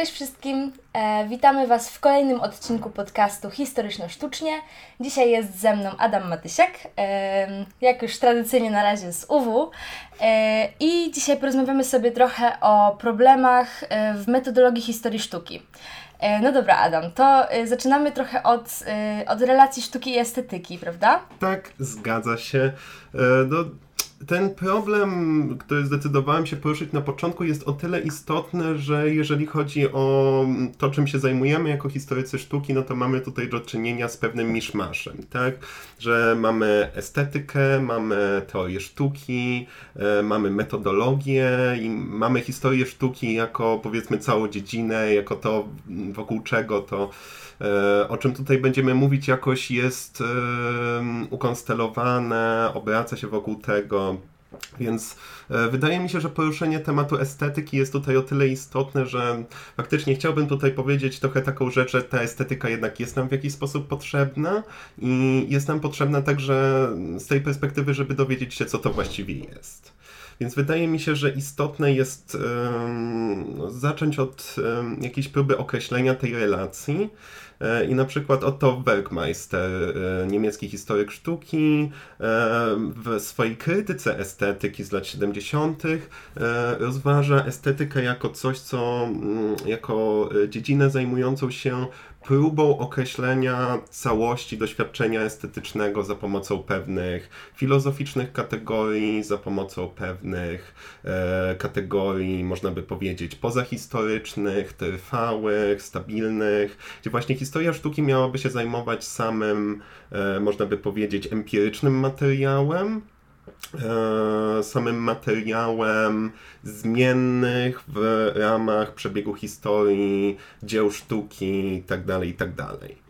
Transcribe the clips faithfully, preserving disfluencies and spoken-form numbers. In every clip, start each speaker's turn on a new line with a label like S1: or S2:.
S1: Cześć wszystkim, e, witamy Was w kolejnym odcinku podcastu Historyczno-Sztucznie. Dzisiaj jest ze mną Adam Matysiak, e, jak już tradycyjnie na razie z U W. E, I dzisiaj porozmawiamy sobie trochę o problemach e, w metodologii historii sztuki. E, no dobra, Adam, to e, zaczynamy trochę od, e, od relacji sztuki i estetyki, prawda?
S2: Tak, zgadza się. E, no, ten problem, który zdecydowałem się poruszyć na początku, jest o tyle istotny, że jeżeli chodzi o to, czym się zajmujemy jako historycy sztuki, no to mamy tutaj do czynienia z pewnym miszmaszem, tak? Że mamy estetykę, mamy teorię sztuki, e, mamy metodologię i mamy historię sztuki jako, powiedzmy, całą dziedzinę, jako to, wokół czego to o czym tutaj będziemy mówić, jakoś jest e, ukonstelowane, obraca się wokół tego. Więc e, wydaje mi się, że poruszenie tematu estetyki jest tutaj o tyle istotne, że faktycznie chciałbym tutaj powiedzieć trochę taką rzecz, że ta estetyka jednak jest nam w jakiś sposób potrzebna i jest nam potrzebna także z tej perspektywy, żeby dowiedzieć się, co to właściwie jest. Więc wydaje mi się, że istotne jest um, zacząć od um, jakiejś próby określenia tej relacji. E, I na przykład Otto Werkmeister, e, niemiecki historyk sztuki, e, w swojej krytyce estetyki z lat siedemdziesiątych e, rozważa estetykę jako coś, co m, jako dziedzinę zajmującą się próbą określenia całości doświadczenia estetycznego za pomocą pewnych filozoficznych kategorii, za pomocą pewnych e, kategorii, można by powiedzieć, pozahistorycznych, trwałych, stabilnych, gdzie właśnie historia sztuki miałaby się zajmować samym, e, można by powiedzieć, empirycznym materiałem, E, samym materiałem zmiennych w ramach przebiegu historii, dzieł sztuki itd., itd.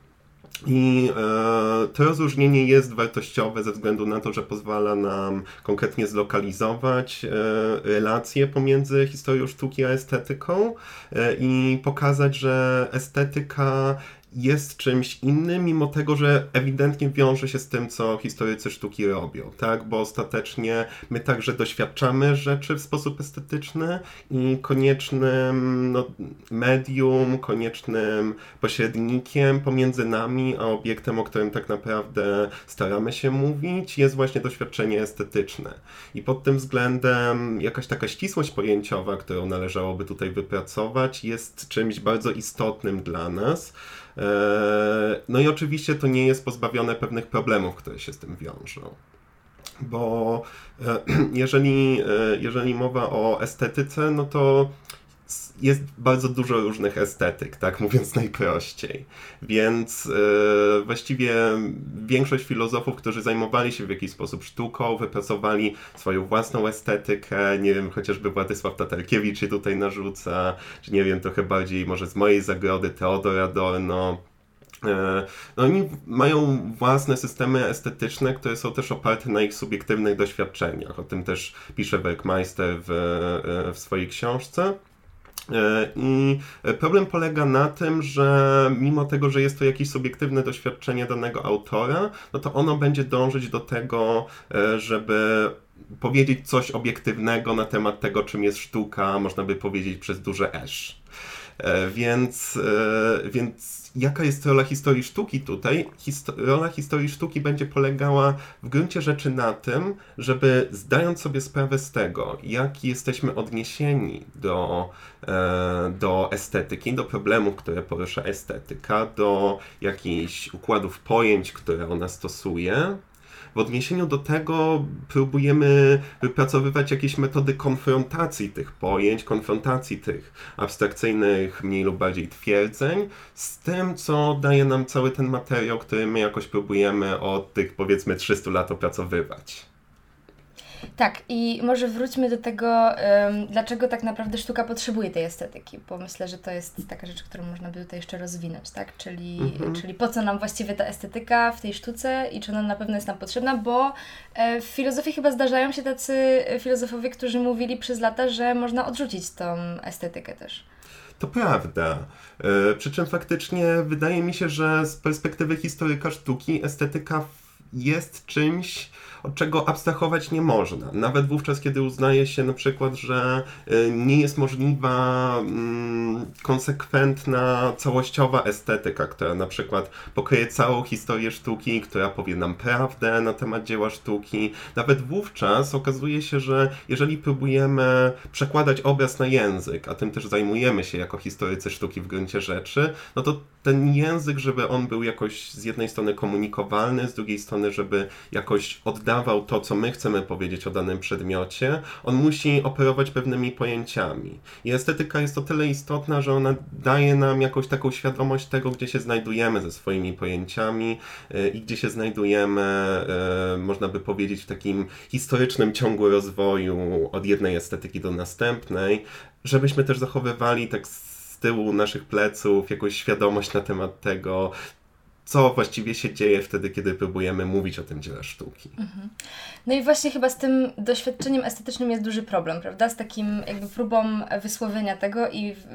S2: I e, to rozróżnienie jest wartościowe ze względu na to, że pozwala nam konkretnie zlokalizować e, relacje pomiędzy historią sztuki a estetyką e, i pokazać, że estetyka jest czymś innym, mimo tego, że ewidentnie wiąże się z tym, co historycy sztuki robią, tak? Bo ostatecznie my także doświadczamy rzeczy w sposób estetyczny i koniecznym no, medium, koniecznym pośrednikiem pomiędzy nami a obiektem, o którym tak naprawdę staramy się mówić, jest właśnie doświadczenie estetyczne. I pod tym względem jakaś taka ścisłość pojęciowa, którą należałoby tutaj wypracować, jest czymś bardzo istotnym dla nas. No i oczywiście to nie jest pozbawione pewnych problemów, które się z tym wiążą. Bo jeżeli, jeżeli mowa o estetyce, no to jest bardzo dużo różnych estetyk, tak mówiąc najprościej. Więc yy, właściwie większość filozofów, którzy zajmowali się w jakiś sposób sztuką, wypracowali swoją własną estetykę, nie wiem, chociażby Władysław Tatarkiewicz się tutaj narzuca, czy nie wiem, trochę bardziej może z mojej zagrody Teodor Adorno. No oni mają własne systemy estetyczne, które są też oparte na ich subiektywnych doświadczeniach. O tym też pisze Werkmeister w, w swojej książce. I problem polega na tym, że mimo tego, że jest to jakieś subiektywne doświadczenie danego autora, no to ono będzie dążyć do tego, żeby powiedzieć coś obiektywnego na temat tego, czym jest sztuka, można by powiedzieć przez duże esz. Więc, więc jaka jest rola historii sztuki tutaj? Histo- rola historii sztuki będzie polegała w gruncie rzeczy na tym, żeby zdając sobie sprawę z tego, jak jesteśmy odniesieni do, e, do estetyki, do problemów, które porusza estetyka, do jakichś układów pojęć, które ona stosuje, w odniesieniu do tego próbujemy wypracowywać jakieś metody konfrontacji tych pojęć, konfrontacji tych abstrakcyjnych, mniej lub bardziej twierdzeń z tym, co daje nam cały ten materiał, który my jakoś próbujemy od tych, powiedzmy, trzystu lat opracowywać.
S1: Tak, i może wróćmy do tego, um, dlaczego tak naprawdę sztuka potrzebuje tej estetyki, bo myślę, że to jest taka rzecz, którą można by tutaj jeszcze rozwinąć, tak? Czyli, mhm. czyli po co nam właściwie ta estetyka w tej sztuce i czy ona na pewno jest nam potrzebna, bo e, w filozofii chyba zdarzają się tacy filozofowie, którzy mówili przez lata, że można odrzucić tą estetykę też.
S2: To prawda. Przy czym faktycznie wydaje mi się, że z perspektywy historyka sztuki estetyka jest czymś, od czego abstrahować nie można. Nawet wówczas, kiedy uznaje się na przykład, że nie jest możliwa mm, konsekwentna, całościowa estetyka, która na przykład pokryje całą historię sztuki, która powie nam prawdę na temat dzieła sztuki. Nawet wówczas okazuje się, że jeżeli próbujemy przekładać obraz na język, a tym też zajmujemy się jako historycy sztuki w gruncie rzeczy, no to ten język, żeby on był jakoś z jednej strony komunikowalny, z drugiej strony, żeby jakoś oddawał to, co my chcemy powiedzieć o danym przedmiocie, on musi operować pewnymi pojęciami. I estetyka jest o tyle istotna, że ona daje nam jakąś taką świadomość tego, gdzie się znajdujemy ze swoimi pojęciami yy, i gdzie się znajdujemy, yy, można by powiedzieć, w takim historycznym ciągu rozwoju od jednej estetyki do następnej, żebyśmy też zachowywali tak z tyłu naszych pleców jakąś świadomość na temat tego, co właściwie się dzieje wtedy, kiedy próbujemy mówić o tym dziele sztuki.
S1: Mhm. No i właśnie chyba z tym doświadczeniem estetycznym jest duży problem, prawda? Z takim jakby próbą wysłowienia tego i, yy,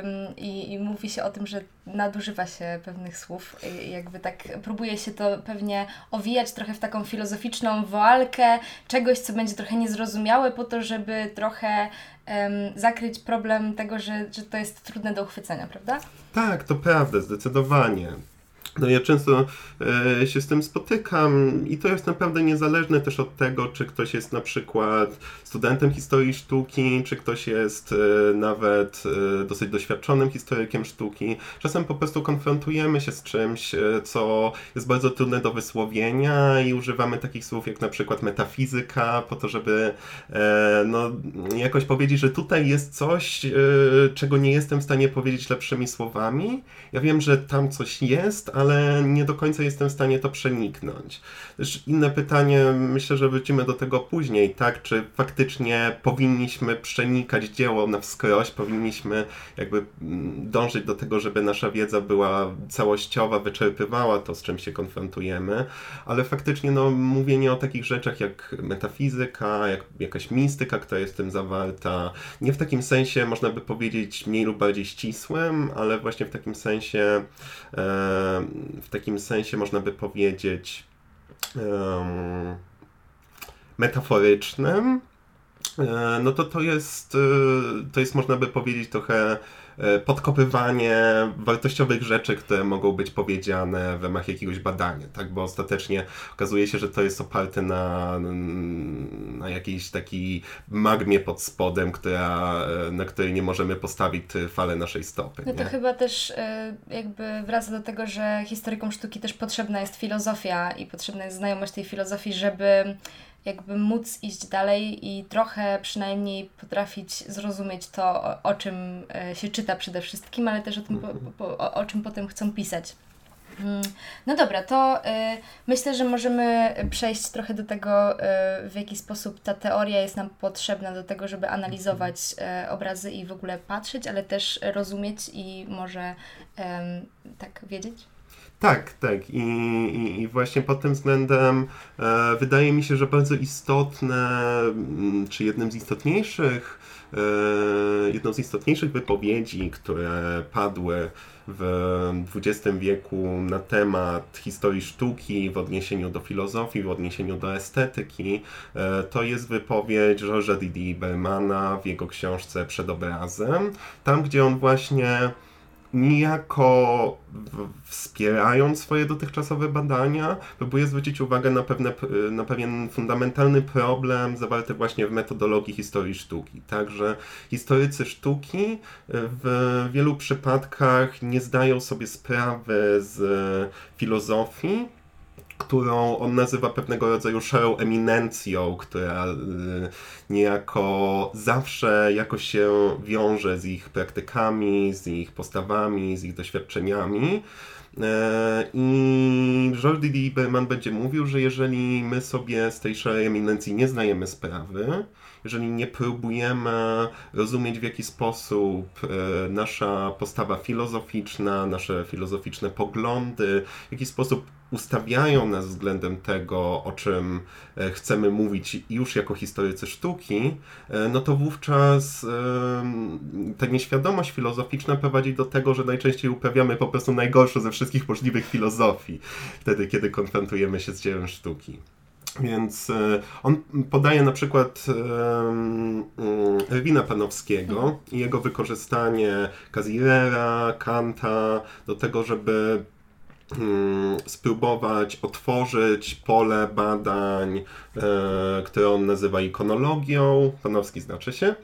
S1: i, i mówi się o tym, że nadużywa się pewnych słów i jakby tak próbuje się to pewnie owijać trochę w taką filozoficzną woalkę czegoś, co będzie trochę niezrozumiałe po to, żeby trochę Um, zakryć problem tego, że, że to jest trudne do uchwycenia, prawda?
S2: Tak, to prawda, zdecydowanie. No ja często e, się z tym spotykam i to jest naprawdę niezależne też od tego, czy ktoś jest na przykład studentem historii sztuki, czy ktoś jest e, nawet e, dosyć doświadczonym historykiem sztuki. Czasem po prostu konfrontujemy się z czymś, e, co jest bardzo trudne do wysłowienia i używamy takich słów jak na przykład metafizyka po to, żeby e, no, jakoś powiedzieć, że tutaj jest coś, e, czego nie jestem w stanie powiedzieć lepszymi słowami. Ja wiem, że tam coś jest, ale nie do końca jestem w stanie to przeniknąć. Też inne pytanie, myślę, że wrócimy do tego później, tak? Czy faktycznie powinniśmy przenikać dzieło na wskroś, powinniśmy jakby dążyć do tego, żeby nasza wiedza była całościowa, wyczerpywała to, z czym się konfrontujemy, ale faktycznie no, mówienie o takich rzeczach jak metafizyka, jak jakaś mistyka, która jest w tym zawarta, nie w takim sensie, można by powiedzieć, mniej lub bardziej ścisłym, ale właśnie w takim sensie e, w takim sensie można by powiedzieć um, metaforycznym, e, no to to jest, to jest można by powiedzieć trochę podkopywanie wartościowych rzeczy, które mogą być powiedziane w ramach jakiegoś badania, tak? Bo ostatecznie okazuje się, że to jest oparte na, na jakiejś takiej magmie pod spodem, która, na której nie możemy postawić fale naszej stopy.
S1: No to
S2: nie?
S1: chyba też jakby wraca do tego, że historykom sztuki też potrzebna jest filozofia i potrzebna jest znajomość tej filozofii, żeby jakby móc iść dalej i trochę przynajmniej potrafić zrozumieć to, o, o czym się czyta przede wszystkim, ale też o tym, po, po, o, o czym potem chcą pisać. No dobra, to y, myślę, że możemy przejść trochę do tego, y, w jaki sposób ta teoria jest nam potrzebna do tego, żeby analizować y, obrazy i w ogóle patrzeć, ale też rozumieć i może y, tak wiedzieć.
S2: Tak, tak. I, i, i właśnie pod tym względem e, wydaje mi się, że bardzo istotne, czy jednym z istotniejszych, e, jedną z istotniejszych wypowiedzi, które padły w dwudziestym wieku na temat historii sztuki w odniesieniu do filozofii, w odniesieniu do estetyki, e, to jest wypowiedź Georgesa Didi Bermana w jego książce Przed obrazem, tam gdzie on właśnie niejako wspierając swoje dotychczasowe badania, próbuje zwrócić uwagę na, pewne, na pewien fundamentalny problem zawarty właśnie w metodologii historii sztuki. Także historycy sztuki w wielu przypadkach nie zdają sobie sprawy z filozofii, którą on nazywa pewnego rodzaju szarą eminencją, która niejako zawsze jakoś się wiąże z ich praktykami, z ich postawami, z ich doświadczeniami. I Georges Didi Berman będzie mówił, że jeżeli my sobie z tej szarej eminencji nie zdajemy sprawy, jeżeli nie próbujemy rozumieć, w jaki sposób nasza postawa filozoficzna, nasze filozoficzne poglądy, w jaki sposób ustawiają nas względem tego, o czym chcemy mówić już jako historycy sztuki, no to wówczas ta nieświadomość filozoficzna prowadzi do tego, że najczęściej uprawiamy po prostu najgorsze ze wszystkich możliwych filozofii, wtedy kiedy konfrontujemy się z dziełem sztuki. Więc on podaje na przykład Erwina Panowskiego i jego wykorzystanie Casilera, Kanta do tego, żeby spróbować otworzyć pole badań, które on nazywa ikonologią. Panowski znaczy się.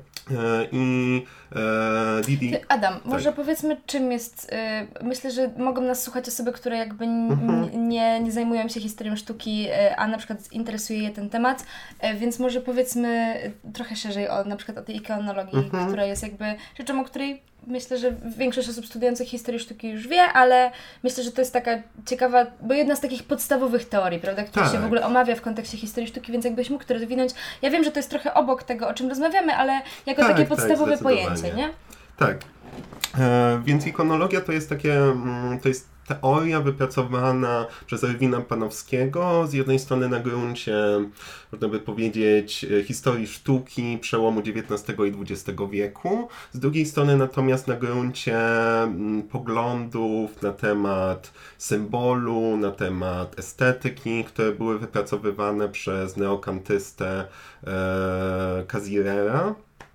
S2: I e, Didi.
S1: Ty, Adam,
S2: tak.
S1: może powiedzmy, czym jest. Y, myślę, że mogą nas słuchać osoby, które jakby n-
S2: Mhm.
S1: nie, nie zajmują się historią sztuki, y, a na przykład interesuje je ten temat, y, więc może powiedzmy trochę szerzej o na przykład o tej ikonologii,
S2: Mhm.
S1: która jest jakby rzeczą, o której myślę, że większość osób studiujących historię sztuki już wie, ale myślę, że to jest taka ciekawa, bo jedna z takich podstawowych teorii, prawda, która
S2: Tak.
S1: się w ogóle omawia w kontekście historii sztuki, więc jakbyś mógł to rozwinąć. Ja wiem, że to jest trochę obok tego, o czym rozmawiamy, ale jako
S2: Tak,
S1: takie
S2: tak,
S1: podstawowe
S2: zdecydowanie.
S1: pojęcie, nie?
S2: Tak. E, więc ikonologia to jest takie, mm, to jest teoria wypracowana przez Erwina Panowskiego, z jednej strony na gruncie, można by powiedzieć, historii sztuki przełomu dziewiętnastego i dwudziestego wieku, z drugiej strony natomiast na gruncie mm, poglądów na temat symbolu, na temat estetyki, które były wypracowywane przez neokantystę e, Casilera,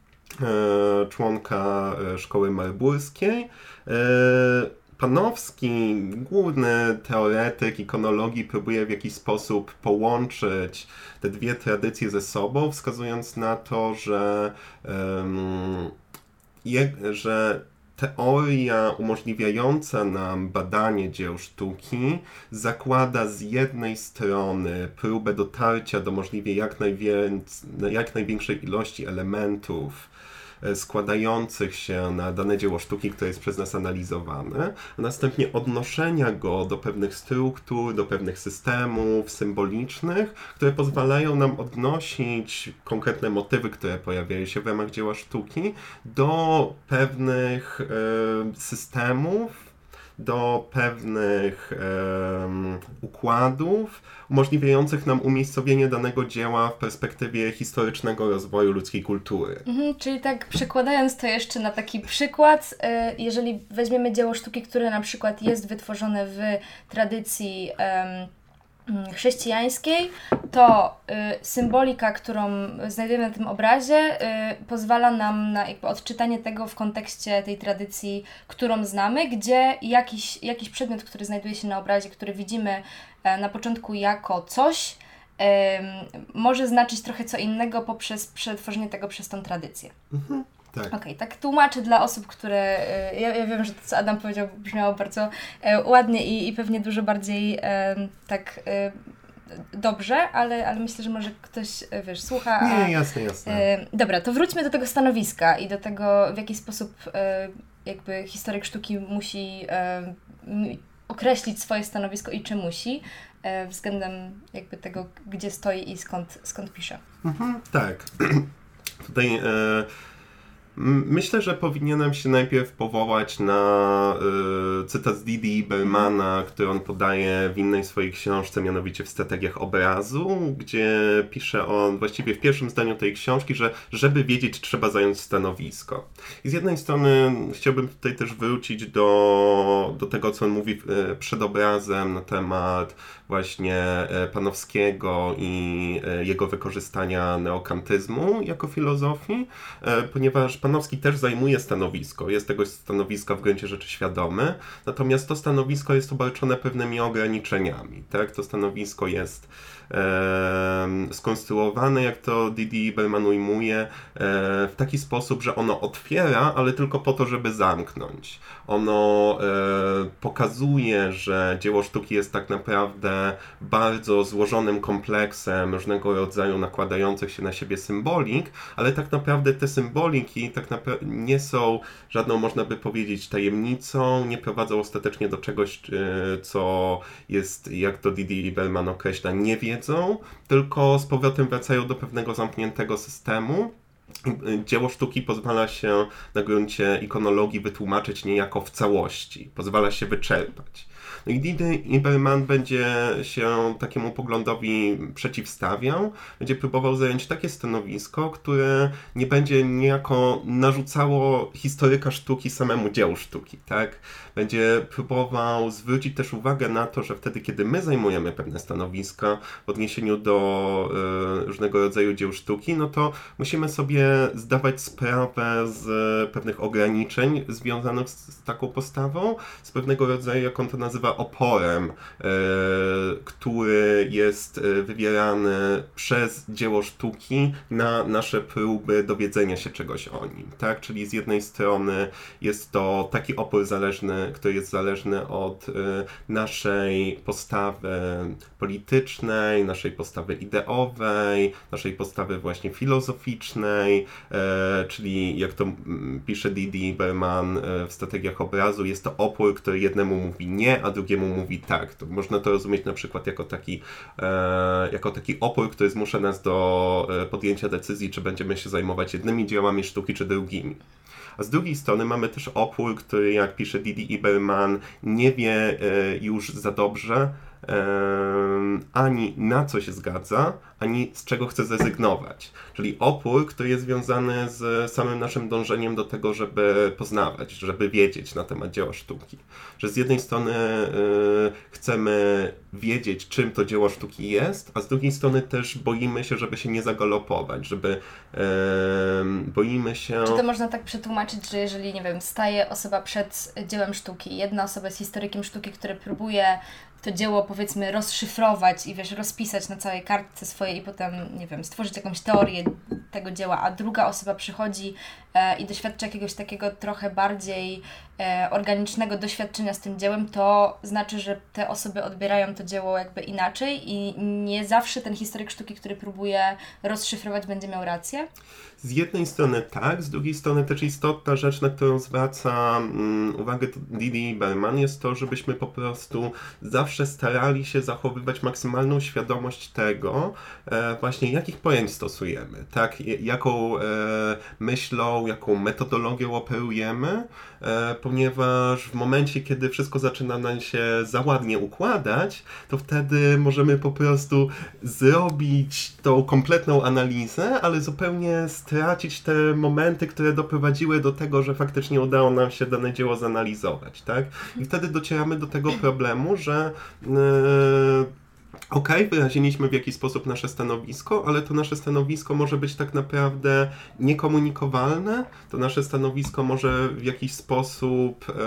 S2: e, członka e, szkoły marburskiej. E, Panowski, główny teoretyk ikonologii, próbuje w jakiś sposób połączyć te dwie tradycje ze sobą, wskazując na to, że, um, je, że teoria umożliwiająca nam badanie dzieł sztuki zakłada z jednej strony próbę dotarcia do możliwie jak, najwię- jak największej ilości elementów składających się na dane dzieło sztuki, które jest przez nas analizowane, a następnie odnoszenia go do pewnych struktur, do pewnych systemów symbolicznych, które pozwalają nam odnosić konkretne motywy, które pojawiają się w ramach dzieła sztuki, do pewnych e, systemów, do pewnych um, układów umożliwiających nam umiejscowienie danego dzieła w perspektywie historycznego rozwoju ludzkiej kultury.
S1: Mhm, czyli tak przekładając to jeszcze na taki przykład, y, jeżeli weźmiemy dzieło sztuki, które na przykład jest wytworzone w tradycji em, chrześcijańskiej, to y, symbolika, którą znajdujemy na tym obrazie, y, pozwala nam na jakby odczytanie tego w kontekście tej tradycji, którą znamy, gdzie jakiś, jakiś przedmiot, który znajduje się na obrazie, który widzimy e, na początku jako coś, e, może znaczyć trochę co innego poprzez przetworzenie tego przez tą tradycję.
S2: Mhm. Tak.
S1: Okej, okay, tak tłumaczę dla osób, które... Y, ja, ja wiem, że to, co Adam powiedział, brzmiało bardzo e, ładnie i, i pewnie dużo bardziej e, tak e, dobrze, ale, ale myślę, że może ktoś, e, wiesz, słucha... A,
S2: Nie, jasne, jasne.
S1: E, dobra, to wróćmy do tego stanowiska i do tego, w jaki sposób e, jakby historyk sztuki musi e, m, określić swoje stanowisko i czy musi e, względem jakby tego, gdzie stoi i skąd, skąd pisze.
S2: Mhm, tak. Tutaj... E... Myślę, że powinienem się najpierw powołać na y, cytat z Didi Bermana, który on podaje w innej swojej książce, mianowicie w Strategiach obrazu, gdzie pisze on właściwie w pierwszym zdaniu tej książki, że żeby wiedzieć, trzeba zająć stanowisko. I z jednej strony chciałbym tutaj też wrócić do, do tego, co on mówi y, przed obrazem na temat właśnie y, Panowskiego i y, jego wykorzystania neokantyzmu jako filozofii, y, ponieważ Panowski też zajmuje stanowisko, jest tego stanowiska w gruncie rzeczy świadomy, natomiast to stanowisko jest obarczone pewnymi ograniczeniami, tak? To stanowisko jest e, skonstruowane, jak to Didi Berman ujmuje, e, w taki sposób, że ono otwiera, ale tylko po to, żeby zamknąć. Ono e, pokazuje, że dzieło sztuki jest tak naprawdę bardzo złożonym kompleksem różnego rodzaju nakładających się na siebie symbolik, ale tak naprawdę te symboliki tak naprawdę nie są żadną, można by powiedzieć, tajemnicą, nie prowadzą ostatecznie do czegoś, co jest, jak to Didi Berman określa, niewiedzą, tylko z powrotem wracają do pewnego zamkniętego systemu. Dzieło sztuki pozwala się na gruncie ikonologii wytłumaczyć niejako w całości, pozwala się wyczerpać. No i Didi Iberman będzie się takiemu poglądowi przeciwstawiał, będzie próbował zająć takie stanowisko, które nie będzie niejako narzucało historyka sztuki samemu dziełu sztuki, tak? Będzie próbował zwrócić też uwagę na to, że wtedy, kiedy my zajmujemy pewne stanowiska w odniesieniu do y, różnego rodzaju dzieł sztuki, no to musimy sobie zdawać sprawę z pewnych ograniczeń związanych z, z taką postawą, z pewnego rodzaju, jak on to nazywa, oporem, y, który jest wywierany przez dzieło sztuki na nasze próby dowiedzenia się czegoś o nim, tak? Czyli z jednej strony jest to taki opór zależny, który jest zależny od y, naszej postawy politycznej, naszej postawy ideowej, naszej postawy właśnie filozoficznej, e, czyli jak to m, pisze Didi Iberman e, w Strategiach obrazu, jest to opór, który jednemu mówi nie, a drugiemu mówi tak. To można to rozumieć na przykład jako taki, e, jako taki opór, który zmusza nas do e, podjęcia decyzji, czy będziemy się zajmować jednymi dziełami sztuki, czy drugimi. A z drugiej strony mamy też opór, który, jak pisze Didi Iberman, nie wie e, już za dobrze e, ani na co się zgadza, ani z czego chce zrezygnować. Czyli opór, który jest związany z samym naszym dążeniem do tego, żeby poznawać, żeby wiedzieć na temat dzieła sztuki. Że z jednej strony e, chcemy wiedzieć, czym to dzieło sztuki jest, a z drugiej strony też boimy się, żeby się nie zagalopować, żeby e, boimy się...
S1: Czy to można tak przetłumaczyć, że jeżeli, nie wiem, staje osoba przed dziełem sztuki, jedna osoba jest historykiem sztuki, który próbuje to dzieło, powiedzmy, rozszyfrować i, wiesz, rozpisać na całej kartce swojej i potem, nie wiem, stworzyć jakąś teorię tego dzieła, a druga osoba przychodzi e, i doświadcza jakiegoś takiego trochę bardziej e, organicznego doświadczenia z tym dziełem, to znaczy, że te osoby odbierają to dzieło jakby inaczej i nie zawsze ten historyk sztuki, który próbuje rozszyfrować, będzie miał rację?
S2: Z jednej strony tak, z drugiej strony też istotna rzecz, na którą zwraca um, uwagę Didi Iberman, jest to, żebyśmy po prostu zawsze starali się zachowywać maksymalną świadomość tego, e, właśnie jakich pojęć stosujemy, tak, jaką e, myślą, jaką metodologią operujemy, e, ponieważ w momencie, kiedy wszystko zaczyna nam się za ładnie układać, to wtedy możemy po prostu zrobić tą kompletną analizę, ale zupełnie stracić te momenty, które doprowadziły do tego, że faktycznie udało nam się dane dzieło zanalizować, tak? I wtedy docieramy do tego problemu, że yy, okej, okay, wyraziliśmy w jakiś sposób nasze stanowisko, ale to nasze stanowisko może być tak naprawdę niekomunikowalne, to nasze stanowisko może w jakiś sposób yy,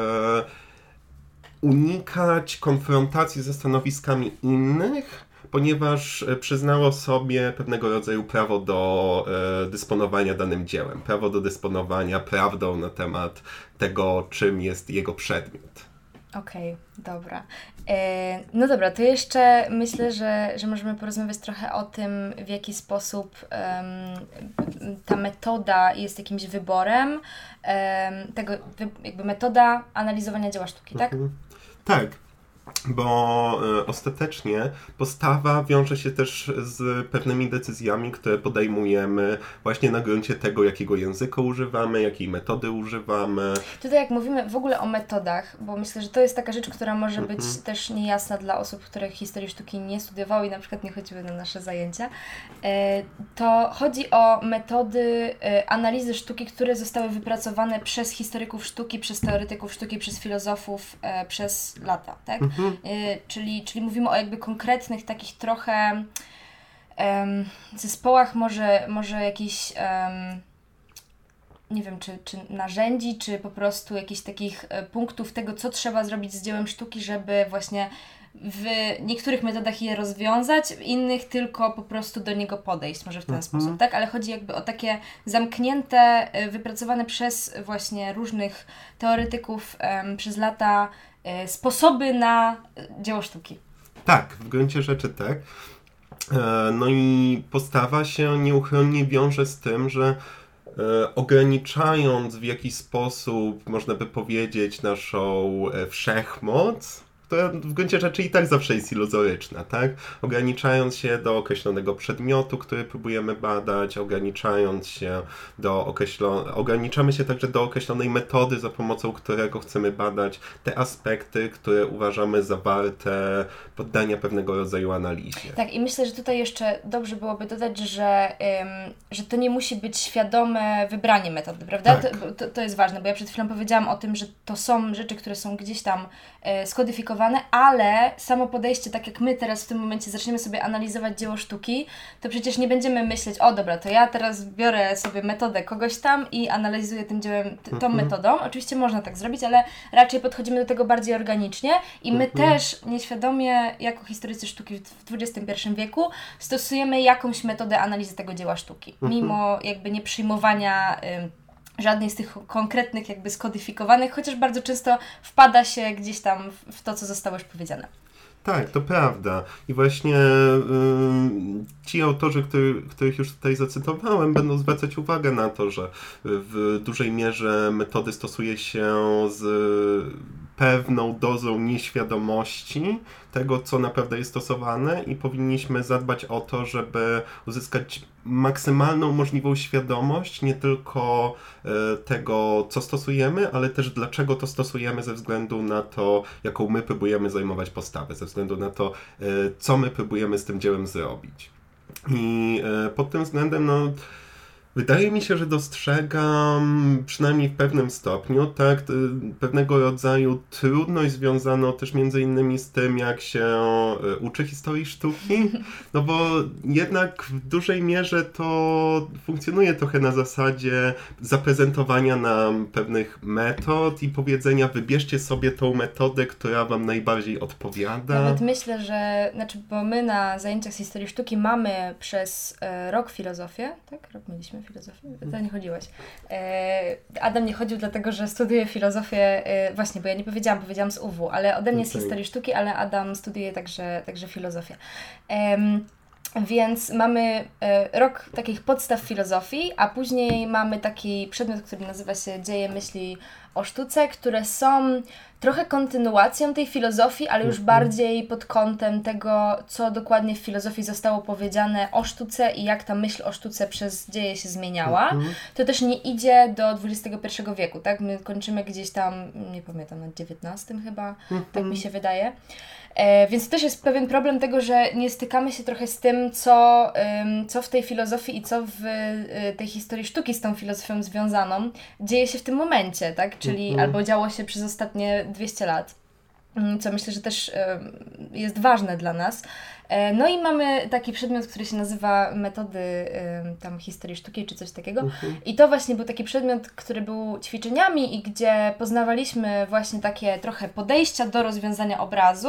S2: unikać konfrontacji ze stanowiskami innych, ponieważ przyznało sobie pewnego rodzaju prawo do e, dysponowania danym dziełem, prawo do dysponowania prawdą na temat tego, czym jest jego przedmiot.
S1: Okej, okay, dobra. E, no dobra, to jeszcze myślę, że, że możemy porozmawiać trochę o tym, w jaki sposób um, ta metoda jest jakimś wyborem, um, tego wy, jakby metoda analizowania dzieła sztuki, tak?
S2: Mhm. Tak. Bo y, ostatecznie postawa wiąże się też z pewnymi decyzjami, które podejmujemy właśnie na gruncie tego, jakiego języka używamy, jakiej metody używamy.
S1: Tutaj jak mówimy w ogóle o metodach, bo myślę, że to jest taka rzecz, która może być mm-hmm. też niejasna dla osób, które historii sztuki nie studiowały i na przykład nie chodziły na nasze zajęcia, to chodzi o metody analizy sztuki, które zostały wypracowane przez historyków sztuki, przez teoretyków sztuki, przez filozofów przez lata, tak? Mm-hmm. Czyli, czyli mówimy o jakby konkretnych takich trochę um, zespołach, może, może jakichś um, nie wiem, czy, czy narzędzi, czy po prostu jakichś takich punktów tego, co trzeba zrobić z dziełem sztuki, żeby właśnie w niektórych metodach je rozwiązać, w innych tylko po prostu do niego podejść, może w ten mm-hmm. sposób, tak? Ale chodzi jakby o takie zamknięte, wypracowane przez właśnie różnych teoretyków um, przez lata sposoby na dzieło sztuki.
S2: Tak, w gruncie rzeczy tak. No i postawa się nieuchronnie wiąże z tym, że ograniczając w jakiś sposób, można by powiedzieć, naszą wszechmoc, która w gruncie rzeczy i tak zawsze jest iluzoryczna, tak? Ograniczając się do określonego przedmiotu, który próbujemy badać, ograniczając się do określonej, ograniczamy się także do określonej metody, za pomocą którego chcemy badać te aspekty, które uważamy za warte poddania pewnego rodzaju analizie.
S1: Tak, i myślę, że tutaj jeszcze dobrze byłoby dodać, że, ym, że to nie musi być świadome wybranie metody, prawda?
S2: Tak.
S1: To, to, to jest ważne, bo ja przed chwilą powiedziałam o tym, że to są rzeczy, które są gdzieś tam e, skodyfikowane, ale samo podejście, tak jak my teraz w tym momencie zaczniemy sobie analizować dzieło sztuki, to przecież nie będziemy myśleć, o dobra, to ja teraz biorę sobie metodę kogoś tam i analizuję tym dziełem t- tą
S2: Mhm.
S1: metodą. Oczywiście można tak zrobić, ale raczej podchodzimy do tego bardziej organicznie i my
S2: Mhm.
S1: też nieświadomie jako historycy sztuki w dwudziestym pierwszym wieku stosujemy jakąś metodę analizy tego dzieła sztuki,
S2: Mhm.
S1: mimo jakby nie przyjmowania ym, żadnej z tych konkretnych jakby skodyfikowanych, chociaż bardzo często wpada się gdzieś tam w, w to, co zostało już powiedziane.
S2: Tak, to prawda. I właśnie y, ci autorzy, który, których już tutaj zacytowałem, będą zwracać uwagę na to, że w dużej mierze metody stosuje się z pewną dozą nieświadomości tego, co naprawdę jest stosowane i powinniśmy zadbać o to, żeby uzyskać maksymalną możliwą świadomość nie tylko e, tego, co stosujemy, ale też dlaczego to stosujemy ze względu na to, jaką my próbujemy zajmować postawę, ze względu na to, e, co my próbujemy z tym dziełem zrobić. I e, pod tym względem, no, wydaje mi się, że dostrzegam, przynajmniej w pewnym stopniu, tak, pewnego rodzaju trudność związaną też między innymi z tym, jak się uczy historii sztuki, no bo jednak w dużej mierze to funkcjonuje trochę na zasadzie zaprezentowania nam pewnych metod i powiedzenia, wybierzcie sobie tą metodę, która wam najbardziej odpowiada.
S1: Nawet myślę, że, znaczy, bo my na zajęciach z historii sztuki mamy przez e, rok filozofię, tak? Rok mieliśmy filozofię? To nie chodziłeś. E, Adam nie chodził dlatego, że studiuje filozofię, e, właśnie, bo ja nie powiedziałam, powiedziałam z U W, ale ode mnie z
S2: Okay.
S1: historii sztuki, ale Adam studiuje także, także filozofię. Em, Więc mamy e, rok takich podstaw filozofii, a później mamy taki przedmiot, który nazywa się Dzieje myśli o sztuce, które są trochę kontynuacją tej filozofii, ale już bardziej pod kątem tego, co dokładnie w filozofii zostało powiedziane o sztuce i jak ta myśl o sztuce przez dzieje się zmieniała. To też nie idzie do dwudziestego pierwszego wieku, tak? My kończymy gdzieś tam, nie pamiętam, na dziewiętnastym chyba, tak mi się wydaje. E, więc to też jest pewien problem tego, że nie stykamy się trochę z tym, co, ym, co w tej filozofii i co w y, tej historii sztuki z tą filozofią związaną dzieje się w tym momencie, tak? Czyli
S2: Mhm.
S1: albo działo się przez ostatnie dwieście lat, ym, co myślę, że też ym, jest ważne dla nas. E, no i mamy taki przedmiot, który się nazywa metody ym, tam historii sztuki czy coś takiego.
S2: Mhm.
S1: I to właśnie był taki przedmiot, który był ćwiczeniami i gdzie poznawaliśmy właśnie takie trochę podejścia do rozwiązania obrazu.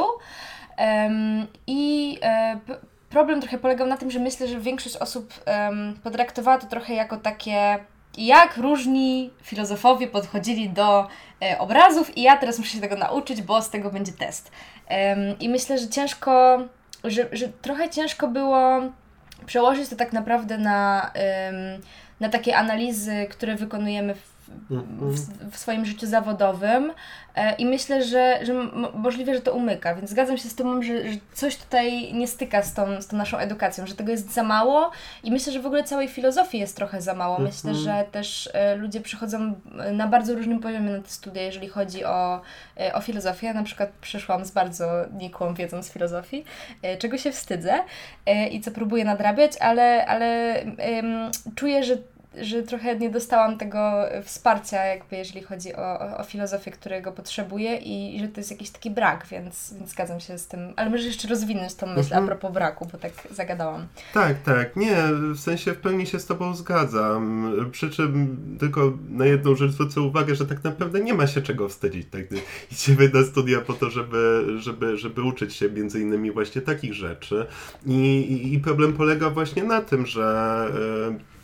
S1: Um, I e, p- problem trochę polegał na tym, że myślę, że większość osób um, potraktowała to trochę jako takie, jak różni filozofowie podchodzili do e, obrazów i ja teraz muszę się tego nauczyć, bo z tego będzie test. Um, I myślę, że ciężko, że, że trochę ciężko było przełożyć to tak naprawdę na, um, na takie analizy, które wykonujemy w W, w swoim życiu zawodowym e, i myślę, że, że m- możliwe, że to umyka, więc zgadzam się z Tobą, że, że coś tutaj nie styka z tą, z tą naszą edukacją, że tego jest za mało i myślę, że w ogóle całej filozofii jest trochę za mało. Myślę, że też e, ludzie przychodzą na bardzo różnym poziomie na te studia, jeżeli chodzi o, e, o filozofię. Ja na przykład przyszłam z bardzo nikłą wiedzą z filozofii, e, czego się wstydzę e, i co próbuję nadrabiać, ale, ale em, czuję, że że trochę nie dostałam tego wsparcia, jakby jeżeli chodzi o, o, o filozofię, którego potrzebuję i, i że to jest jakiś taki brak, więc, więc zgadzam się z tym. Ale możesz jeszcze rozwinąć tą myśl
S2: Mhm.
S1: a propos braku, bo tak zagadałam.
S2: Tak, tak. Nie, w sensie w pełni się z Tobą zgadzam. Przy czym tylko na jedną rzecz zwrócę uwagę, że tak naprawdę nie ma się czego wstydzić, tak, gdy idziemy na studia po to, żeby, żeby, żeby uczyć się między innymi właśnie takich rzeczy. I, i, i problem polega właśnie na tym, że yy,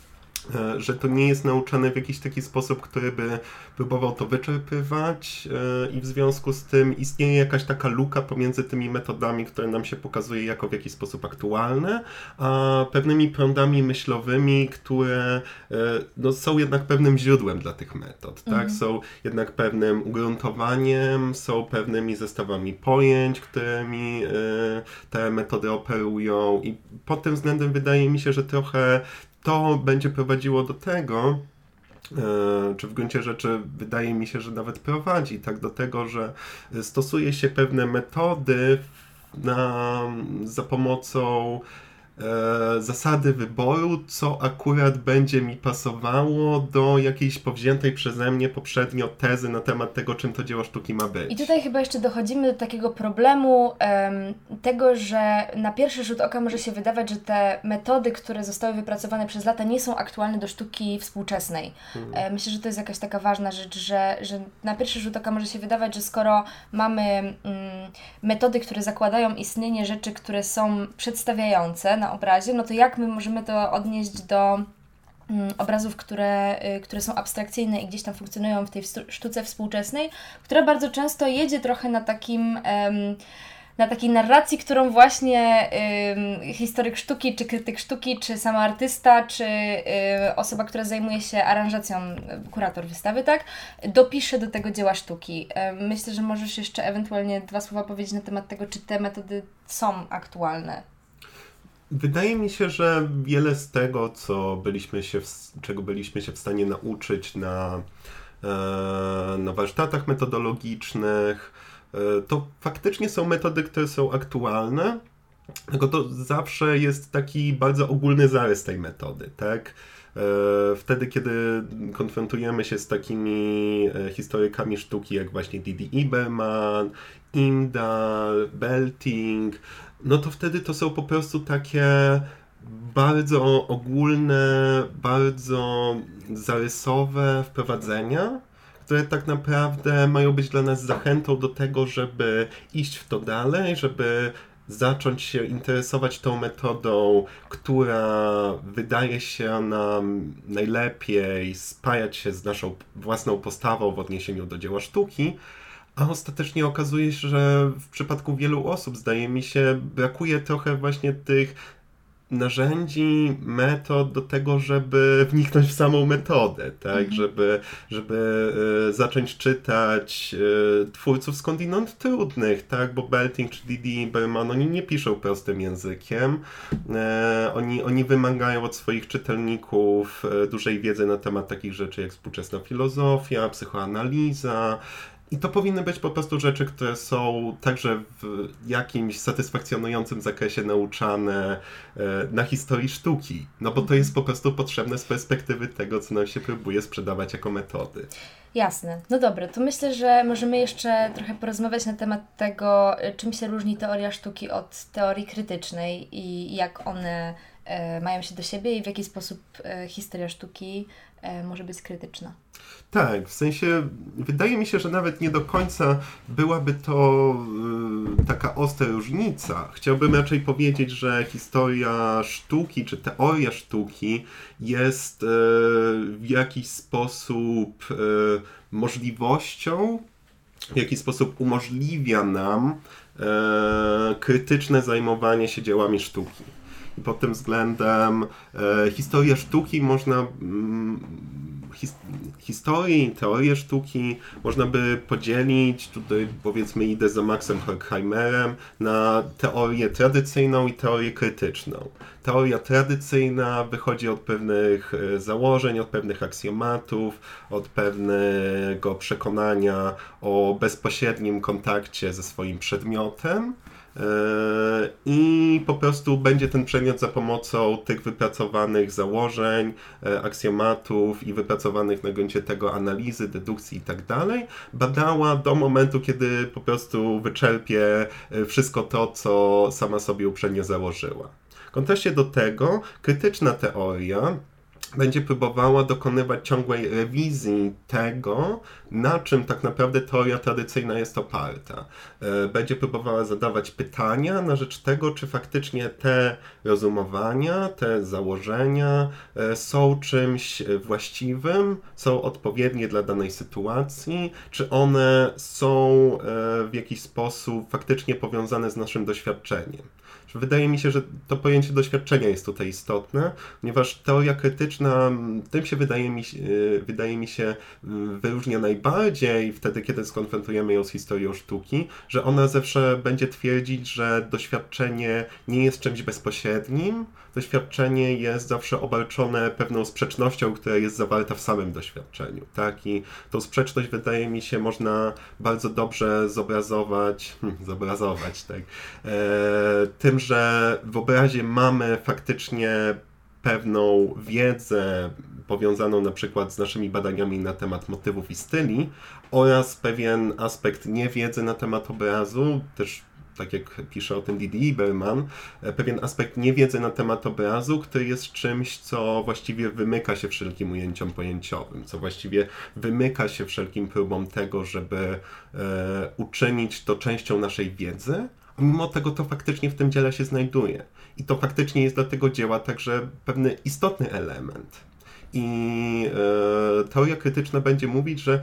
S2: że to nie jest nauczane w jakiś taki sposób, który by próbował to wyczerpywać i w związku z tym istnieje jakaś taka luka pomiędzy tymi metodami, które nam się pokazuje jako w jakiś sposób aktualne, a pewnymi prądami myślowymi, które no, są jednak pewnym źródłem dla tych metod, tak? Mhm. Są jednak pewnym ugruntowaniem, są pewnymi zestawami pojęć, którymi te metody operują i pod tym względem wydaje mi się, że trochę to będzie prowadziło do tego, czy w gruncie rzeczy wydaje mi się, że nawet prowadzi tak do tego, że stosuje się pewne metody na, za pomocą e, zasady wyboru, co akurat będzie mi pasowało do jakiejś powziętej przeze mnie poprzednio tezy na temat tego, czym to dzieło sztuki ma być.
S1: I tutaj chyba jeszcze dochodzimy do takiego problemu um, tego, że na pierwszy rzut oka może się wydawać, że te metody, które zostały wypracowane przez lata, nie są aktualne do sztuki współczesnej. Hmm. E, myślę, że to jest jakaś taka ważna rzecz, że, że na pierwszy rzut oka może się wydawać, że skoro mamy mm, metody, które zakładają istnienie rzeczy, które są przedstawiające na obrazie, no to jak my możemy to odnieść do mm, obrazów, które, y, które są abstrakcyjne i gdzieś tam funkcjonują w tej sztuce współczesnej, która bardzo często jedzie trochę na takim em, na takiej narracji, którą właśnie y, historyk sztuki, czy krytyk sztuki, czy sama artysta, czy y, osoba, która zajmuje się aranżacją, kurator wystawy, tak, dopisze do tego dzieła sztuki. Y, myślę, że możesz jeszcze ewentualnie dwa słowa powiedzieć na temat tego, czy te metody są aktualne.
S2: Wydaje mi się, że wiele z tego, co byliśmy się w, czego byliśmy się w stanie nauczyć na, e, na warsztatach metodologicznych, e, to faktycznie są metody, które są aktualne, tylko to zawsze jest taki bardzo ogólny zarys tej metody, tak? E, wtedy, kiedy konfrontujemy się z takimi e, historykami sztuki, jak właśnie Didi Iberman, Imdahl, Belting, no to wtedy to są po prostu takie bardzo ogólne, bardzo zarysowe wprowadzenia, które tak naprawdę mają być dla nas zachętą do tego, żeby iść w to dalej, żeby zacząć się interesować tą metodą, która wydaje się nam najlepiej spajać się z naszą własną postawą w odniesieniu do dzieła sztuki. A ostatecznie okazuje się, że w przypadku wielu osób, zdaje mi się, brakuje trochę właśnie tych narzędzi, metod do tego, żeby wniknąć w samą metodę, tak? Mhm. Żeby, żeby e, zacząć czytać e, twórców skądinąd trudnych, tak? Bo Belting czy Didi Iberman, oni nie piszą prostym językiem. E, oni, oni wymagają od swoich czytelników e, dużej wiedzy na temat takich rzeczy jak współczesna filozofia, psychoanaliza. I to powinny być po prostu rzeczy, które są także w jakimś satysfakcjonującym zakresie nauczane na historii sztuki. No bo to jest po prostu potrzebne z perspektywy tego, co nam się próbuje sprzedawać jako metody.
S1: Jasne. No dobra, to myślę, że możemy jeszcze trochę porozmawiać na temat tego, czym się różni teoria sztuki od teorii krytycznej i jak one e, mają się do siebie i w jaki sposób e, historia sztuki e, może być krytyczna.
S2: Tak, w sensie wydaje mi się, że nawet nie do końca byłaby to y, taka ostra różnica. Chciałbym raczej powiedzieć, że historia sztuki czy teoria sztuki jest y, w jakiś sposób y, możliwością, w jakiś sposób umożliwia nam y, krytyczne zajmowanie się dziełami sztuki. I pod tym względem y, historia sztuki można mm, His, historii, teorię sztuki można by podzielić, tutaj powiedzmy idę za Maxem Horkheimerem, na teorię tradycyjną i teorię krytyczną. Teoria tradycyjna wychodzi od pewnych założeń, od pewnych aksjomatów, od pewnego przekonania o bezpośrednim kontakcie ze swoim przedmiotem. I po prostu będzie ten przedmiot za pomocą tych wypracowanych założeń, aksjomatów i wypracowanych na gruncie tego analizy, dedukcji i tak dalej, badała do momentu, kiedy po prostu wyczerpie wszystko to, co sama sobie uprzednio założyła. W kontraście do tego krytyczna teoria będzie próbowała dokonywać ciągłej rewizji tego, na czym tak naprawdę teoria tradycyjna jest oparta. Będzie próbowała zadawać pytania na rzecz tego, czy faktycznie te rozumowania, te założenia są czymś właściwym, są odpowiednie dla danej sytuacji, czy one są w jakiś sposób faktycznie powiązane z naszym doświadczeniem. Wydaje mi się, że to pojęcie doświadczenia jest tutaj istotne, ponieważ teoria krytyczna, tym się wydaje mi, wydaje mi się wyróżnia najbardziej wtedy, kiedy skonfrontujemy ją z historią sztuki, że ona zawsze będzie twierdzić, że doświadczenie nie jest czymś bezpośrednim, doświadczenie jest zawsze obarczone pewną sprzecznością, która jest zawarta w samym doświadczeniu, tak? I tą sprzeczność, wydaje mi się, można bardzo dobrze zobrazować, hmm, zobrazować, tak, e, tym, że w obrazie mamy faktycznie pewną wiedzę powiązaną na przykład z naszymi badaniami na temat motywów i styli oraz pewien aspekt niewiedzy na temat obrazu, też tak jak pisze o tym Didi Lieberman, pewien aspekt niewiedzy na temat obrazu, który jest czymś, co właściwie wymyka się wszelkim ujęciom pojęciowym, co właściwie wymyka się wszelkim próbom tego, żeby e, uczynić to częścią naszej wiedzy, a mimo tego to faktycznie w tym dziele się znajduje. I to faktycznie jest dla tego dzieła także pewny istotny element. I e, teoria krytyczna będzie mówić, że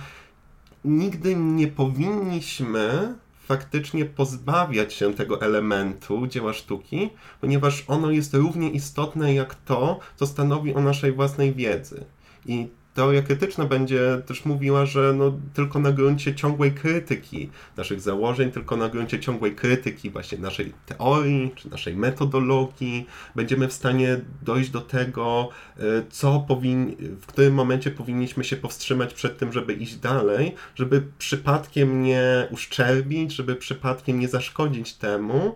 S2: nigdy nie powinniśmy faktycznie pozbawiać się tego elementu dzieła sztuki, ponieważ ono jest równie istotne jak to, co stanowi o naszej własnej wiedzy. I teoria krytyczna będzie też mówiła, że no, tylko na gruncie ciągłej krytyki naszych założeń, tylko na gruncie ciągłej krytyki właśnie naszej teorii, czy naszej metodologii będziemy w stanie dojść do tego, co powin... w którym momencie powinniśmy się powstrzymać przed tym, żeby iść dalej, żeby przypadkiem nie uszczerbić, żeby przypadkiem nie zaszkodzić temu,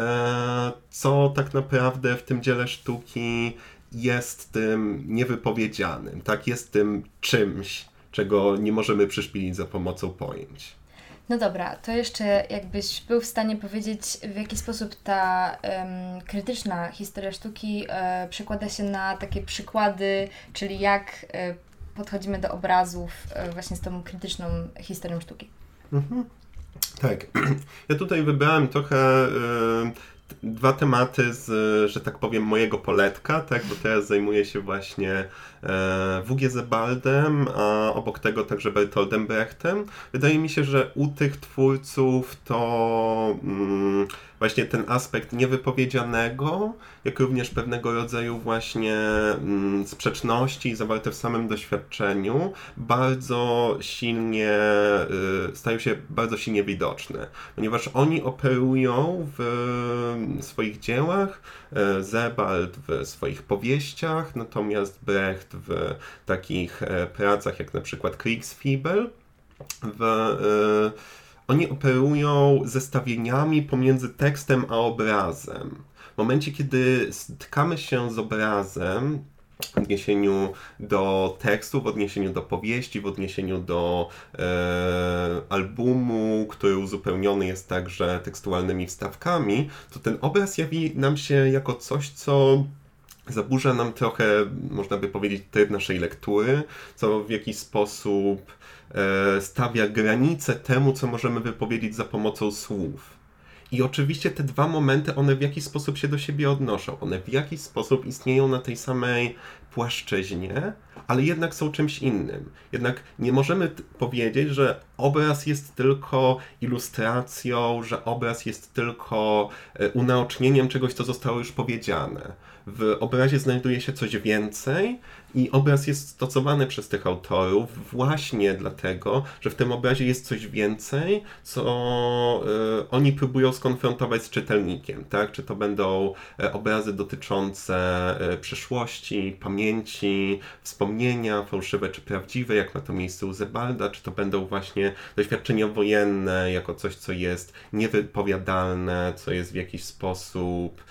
S2: co tak naprawdę w tym dziele sztuki jest tym niewypowiedzianym, tak? Jest tym czymś, czego nie możemy przyszpilić za pomocą pojęć.
S1: No dobra, to jeszcze jakbyś był w stanie powiedzieć, w jaki sposób ta um, krytyczna historia sztuki um, przekłada się na takie przykłady, czyli jak um, podchodzimy do obrazów um, właśnie z tą krytyczną historią sztuki. Mhm.
S2: Tak. Ja tutaj wybrałem trochę y, dwa tematy z, że tak powiem, mojego poletka, tak, bo teraz zajmuję się właśnie e, W G Sebaldem, a obok tego także Bertoldem Brechtem. Wydaje mi się, że u tych twórców to mm, właśnie ten aspekt niewypowiedzianego, jak również pewnego rodzaju właśnie mm, sprzeczności zawarte w samym doświadczeniu bardzo silnie, y, stają się bardzo silnie widoczne, ponieważ oni operują w swoich dziełach, Sebald w swoich powieściach, natomiast Brecht w takich pracach jak na przykład Kriegsfibel, w, oni operują zestawieniami pomiędzy tekstem a obrazem. W momencie, kiedy stykamy się z obrazem, w odniesieniu do tekstu, w odniesieniu do powieści, w odniesieniu do e, albumu, który uzupełniony jest także tekstualnymi wstawkami, to ten obraz jawi nam się jako coś, co zaburza nam trochę, można by powiedzieć, tryb naszej lektury, co w jakiś sposób e, stawia granice temu, co możemy wypowiedzieć za pomocą słów. I oczywiście te dwa momenty, one w jakiś sposób się do siebie odnoszą. One w jakiś sposób istnieją na tej samej płaszczyźnie, ale jednak są czymś innym. Jednak nie możemy t- powiedzieć, że obraz jest tylko ilustracją, że obraz jest tylko e, unaocznieniem czegoś, co zostało już powiedziane. W obrazie znajduje się coś więcej i obraz jest stosowany przez tych autorów właśnie dlatego, że w tym obrazie jest coś więcej, co y, oni próbują skonfrontować z czytelnikiem, tak? Czy to będą y, obrazy dotyczące y, przeszłości, pamięci, wspomnienia, fałszywe czy prawdziwe, jak ma to miejsce u Sebalda, czy to będą właśnie doświadczenia wojenne, jako coś, co jest niewypowiadalne, co jest w jakiś sposób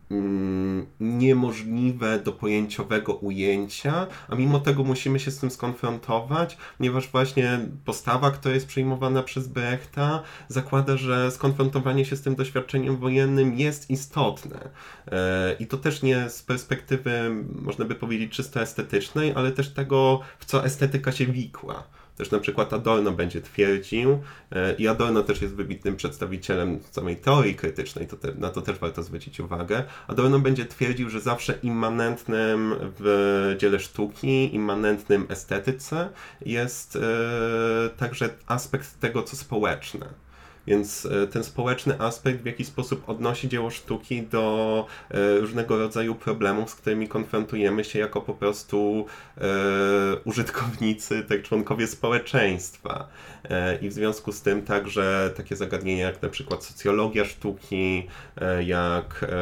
S2: mm, niemożliwe do pojęciowego ujęcia, a mimo tego musimy się z tym skonfrontować, ponieważ właśnie postawa, która jest przyjmowana przez Brechta, zakłada, że skonfrontowanie się z tym doświadczeniem wojennym jest istotne. E, I to też nie z perspektywy, można by powiedzieć, czysto estetycznej, ale też tego, w co estetyka się wikła. Też na przykład Adorno będzie twierdził, i Adorno też jest wybitnym przedstawicielem samej teorii krytycznej, to te, na to też warto zwrócić uwagę. Adorno będzie twierdził, że zawsze immanentnym w dziele sztuki, immanentnym estetyce jest e, także aspekt tego, co społeczne. Więc ten społeczny aspekt w jakiś sposób odnosi dzieło sztuki do e, różnego rodzaju problemów, z którymi konfrontujemy się jako po prostu e, użytkownicy, tak członkowie społeczeństwa. E, I w związku z tym także takie zagadnienia jak na przykład socjologia sztuki, e, jak e,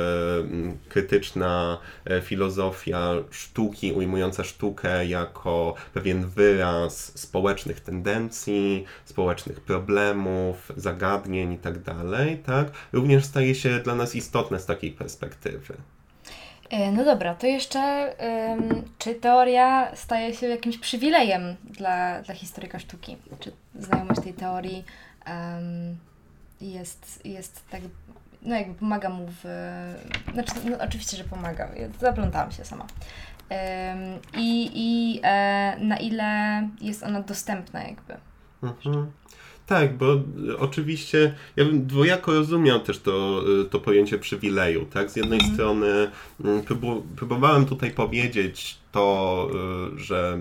S2: krytyczna e, filozofia sztuki, ujmująca sztukę jako pewien wyraz społecznych tendencji, społecznych problemów, zagadnień i tak dalej, tak, również staje się dla nas istotne z takiej perspektywy.
S1: No dobra, to jeszcze um, czy teoria staje się jakimś przywilejem dla, dla historyka sztuki? Czy znajomość tej teorii um, jest, jest tak, no jakby pomaga mu w... Znaczy, no oczywiście, że pomaga, ja zaplątałam się sama. Um, I i e, na ile jest ona dostępna jakby?
S2: Mhm. Tak, bo oczywiście ja bym dwojako rozumiał też to, to pojęcie przywileju, tak? Z jednej mm. strony próbowałem tutaj powiedzieć to, że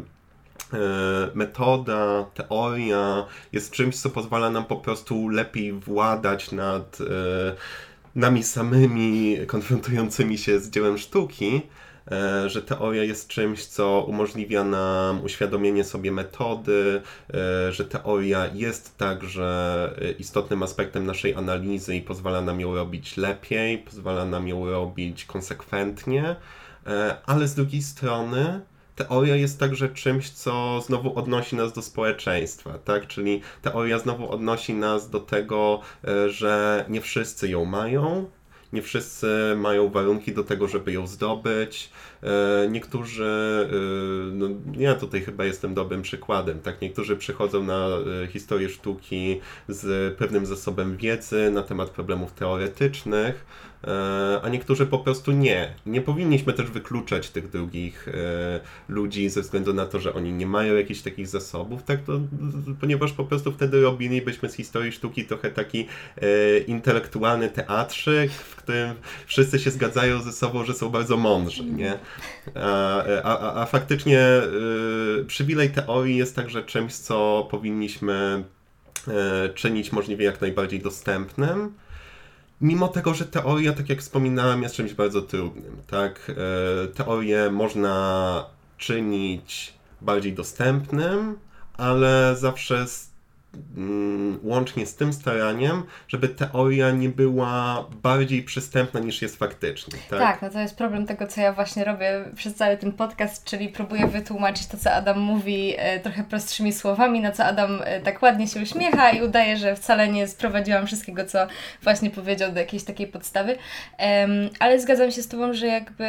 S2: metoda, teoria jest czymś, co pozwala nam po prostu lepiej władać nad nami samymi konfrontującymi się z dziełem sztuki, że teoria jest czymś, co umożliwia nam uświadomienie sobie metody, że teoria jest także istotnym aspektem naszej analizy i pozwala nam ją robić lepiej, pozwala nam ją robić konsekwentnie, ale z drugiej strony teoria jest także czymś, co znowu odnosi nas do społeczeństwa, tak? Czyli teoria znowu odnosi nas do tego, że nie wszyscy ją mają, nie wszyscy mają warunki do tego, żeby ją zdobyć. Niektórzy, no ja tutaj chyba jestem dobrym przykładem, tak? Niektórzy przychodzą na historię sztuki z pewnym zasobem wiedzy na temat problemów teoretycznych, a niektórzy po prostu nie. Nie powinniśmy też wykluczać tych drugich ludzi ze względu na to, że oni nie mają jakichś takich zasobów, tak? To, ponieważ po prostu wtedy robilibyśmy z historii sztuki trochę taki intelektualny teatrzyk, w którym wszyscy się zgadzają ze sobą, że są bardzo mądrzy, nie? A, a, a faktycznie y, przywilej teorii jest także czymś, co powinniśmy y, czynić możliwie jak najbardziej dostępnym. Mimo tego, że teoria, tak jak wspominałem, jest czymś bardzo trudnym, tak? Y, teorię można czynić bardziej dostępnym, ale zawsze z łącznie z tym staraniem, żeby teoria nie była bardziej przystępna niż jest faktycznie. Tak?
S1: tak, no to jest problem tego, co ja właśnie robię przez cały ten podcast, czyli próbuję wytłumaczyć to, co Adam mówi e, trochę prostszymi słowami, na co Adam e, tak ładnie się uśmiecha i udaje, że wcale nie sprowadziłam wszystkiego, co właśnie powiedział, do jakiejś takiej podstawy. E, ale zgadzam się z Tobą, że jakby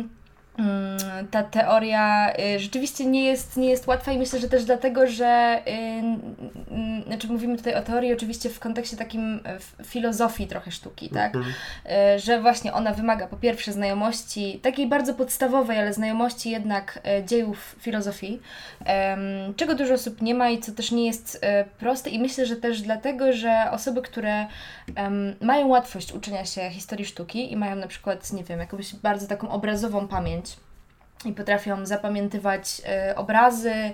S1: ta teoria y, rzeczywiście nie jest, nie jest łatwa i myślę, że też dlatego, że y, y, znaczy mówimy tutaj o teorii oczywiście w kontekście takim w filozofii trochę sztuki, tak? Mhm. Y, że właśnie ona wymaga po pierwsze znajomości, takiej bardzo podstawowej, ale znajomości jednak y, dziejów filozofii, y, czego dużo osób nie ma i co też nie jest y, proste i myślę, że też dlatego, że osoby, które y, mają łatwość uczenia się historii sztuki i mają na przykład, nie wiem, jakąś bardzo taką obrazową pamięć, i potrafią zapamiętywać y, obrazy, y,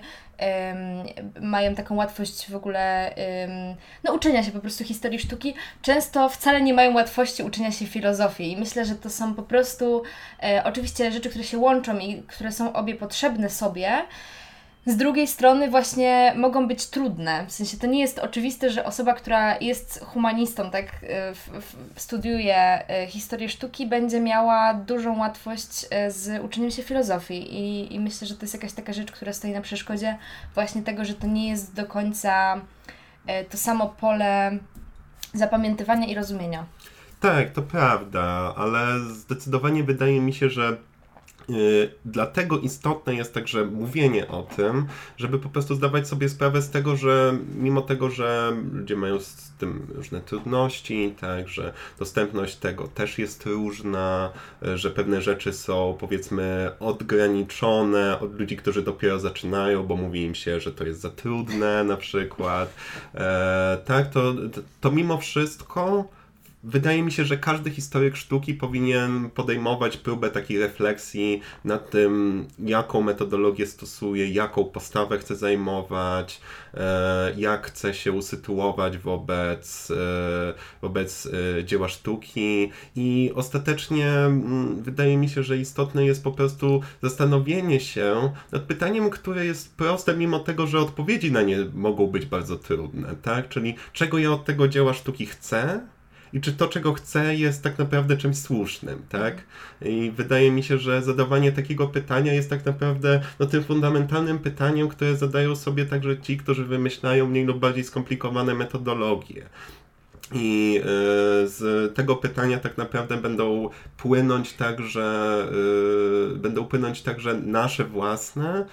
S1: mają taką łatwość w ogóle y, no, uczenia się po prostu historii sztuki, często wcale nie mają łatwości uczenia się filozofii i myślę, że to są po prostu y, oczywiście rzeczy, które się łączą i które są obie potrzebne sobie. Z drugiej strony właśnie mogą być trudne, w sensie to nie jest oczywiste, że osoba, która jest humanistą, tak w, w, studiuje historię sztuki, będzie miała dużą łatwość z uczeniem się filozofii i, i myślę, że to jest jakaś taka rzecz, która stoi na przeszkodzie właśnie tego, że to nie jest do końca to samo pole zapamiętywania i rozumienia.
S2: Tak, to prawda, ale zdecydowanie wydaje mi się, że Yy, dlatego istotne jest także mówienie o tym, żeby po prostu zdawać sobie sprawę z tego, że mimo tego, że ludzie mają z tym różne trudności, tak, że dostępność tego też jest różna, że pewne rzeczy są powiedzmy odgraniczone od ludzi, którzy dopiero zaczynają, bo mówi im się, że to jest za trudne na przykład, e, tak, to, to mimo wszystko wydaje mi się, że każdy historyk sztuki powinien podejmować próbę takiej refleksji nad tym, jaką metodologię stosuje, jaką postawę chce zajmować, jak chce się usytuować wobec, wobec dzieła sztuki i ostatecznie wydaje mi się, że istotne jest po prostu zastanowienie się nad pytaniem, które jest proste, mimo tego, że odpowiedzi na nie mogą być bardzo trudne, tak? Czyli czego ja od tego dzieła sztuki chcę? I czy to, czego chcę, jest tak naprawdę czymś słusznym, tak? I wydaje mi się, że zadawanie takiego pytania jest tak naprawdę no, tym fundamentalnym pytaniem, które zadają sobie także ci, którzy wymyślają mniej lub bardziej skomplikowane metodologie. I y, z tego pytania tak naprawdę będą płynąć także, y, będą płynąć także nasze własne,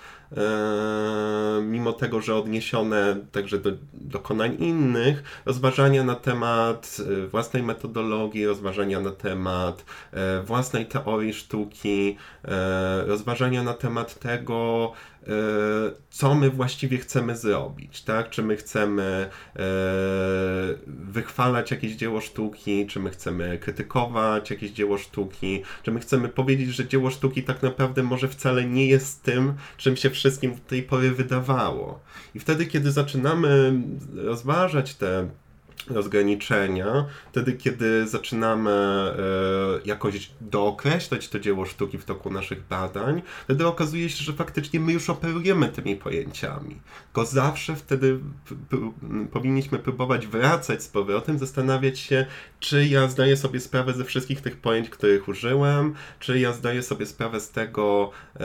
S2: y, mimo tego, że odniesione także do dokonań innych, rozważania na temat y, własnej metodologii, rozważania na temat y, własnej teorii sztuki, y, rozważania na temat tego, co my właściwie chcemy zrobić, tak? Czy my chcemy e, wychwalać jakieś dzieło sztuki, czy my chcemy krytykować jakieś dzieło sztuki, czy my chcemy powiedzieć, że dzieło sztuki tak naprawdę może wcale nie jest tym, czym się wszystkim do tej pory wydawało. I wtedy, kiedy zaczynamy rozważać te rozgraniczenia, wtedy kiedy zaczynamy e, jakoś dookreślać to dzieło sztuki w toku naszych badań, wtedy okazuje się, że faktycznie my już operujemy tymi pojęciami. Tylko zawsze wtedy p- p- powinniśmy próbować wracać z powrotem, zastanawiać się, czy ja zdaję sobie sprawę ze wszystkich tych pojęć, których użyłem, czy ja zdaję sobie sprawę z tego, e,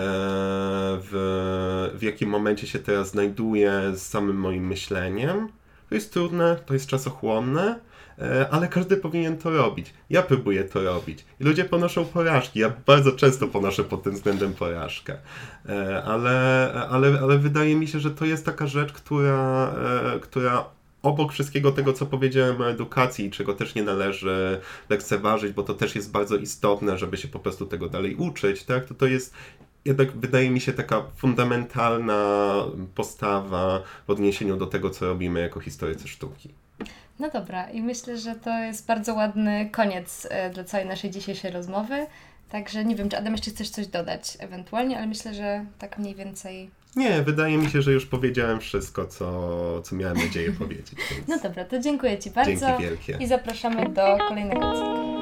S2: w, w jakim momencie się teraz znajduję z samym moim myśleniem. To jest trudne, to jest czasochłonne, ale każdy powinien to robić. Ja próbuję to robić. I ludzie ponoszą porażki. Ja bardzo często ponoszę pod tym względem porażkę. Ale, ale, ale wydaje mi się, że to jest taka rzecz, która, która obok wszystkiego tego, co powiedziałem o edukacji, czego też nie należy lekceważyć, bo to też jest bardzo istotne, żeby się po prostu tego dalej uczyć, tak? To to jest jednak wydaje mi się taka fundamentalna postawa w odniesieniu do tego, co robimy jako historycy sztuki.
S1: No dobra, i myślę, że to jest bardzo ładny koniec dla całej naszej dzisiejszej rozmowy. Także nie wiem, czy Adam jeszcze chcesz coś dodać ewentualnie, ale myślę, że tak mniej więcej...
S2: Nie, wydaje mi się, że już powiedziałem wszystko, co, co miałem nadzieję powiedzieć. Więc...
S1: No dobra, to dziękuję Ci bardzo.
S2: Dzięki wielkie.
S1: I zapraszamy do kolejnego odcinka.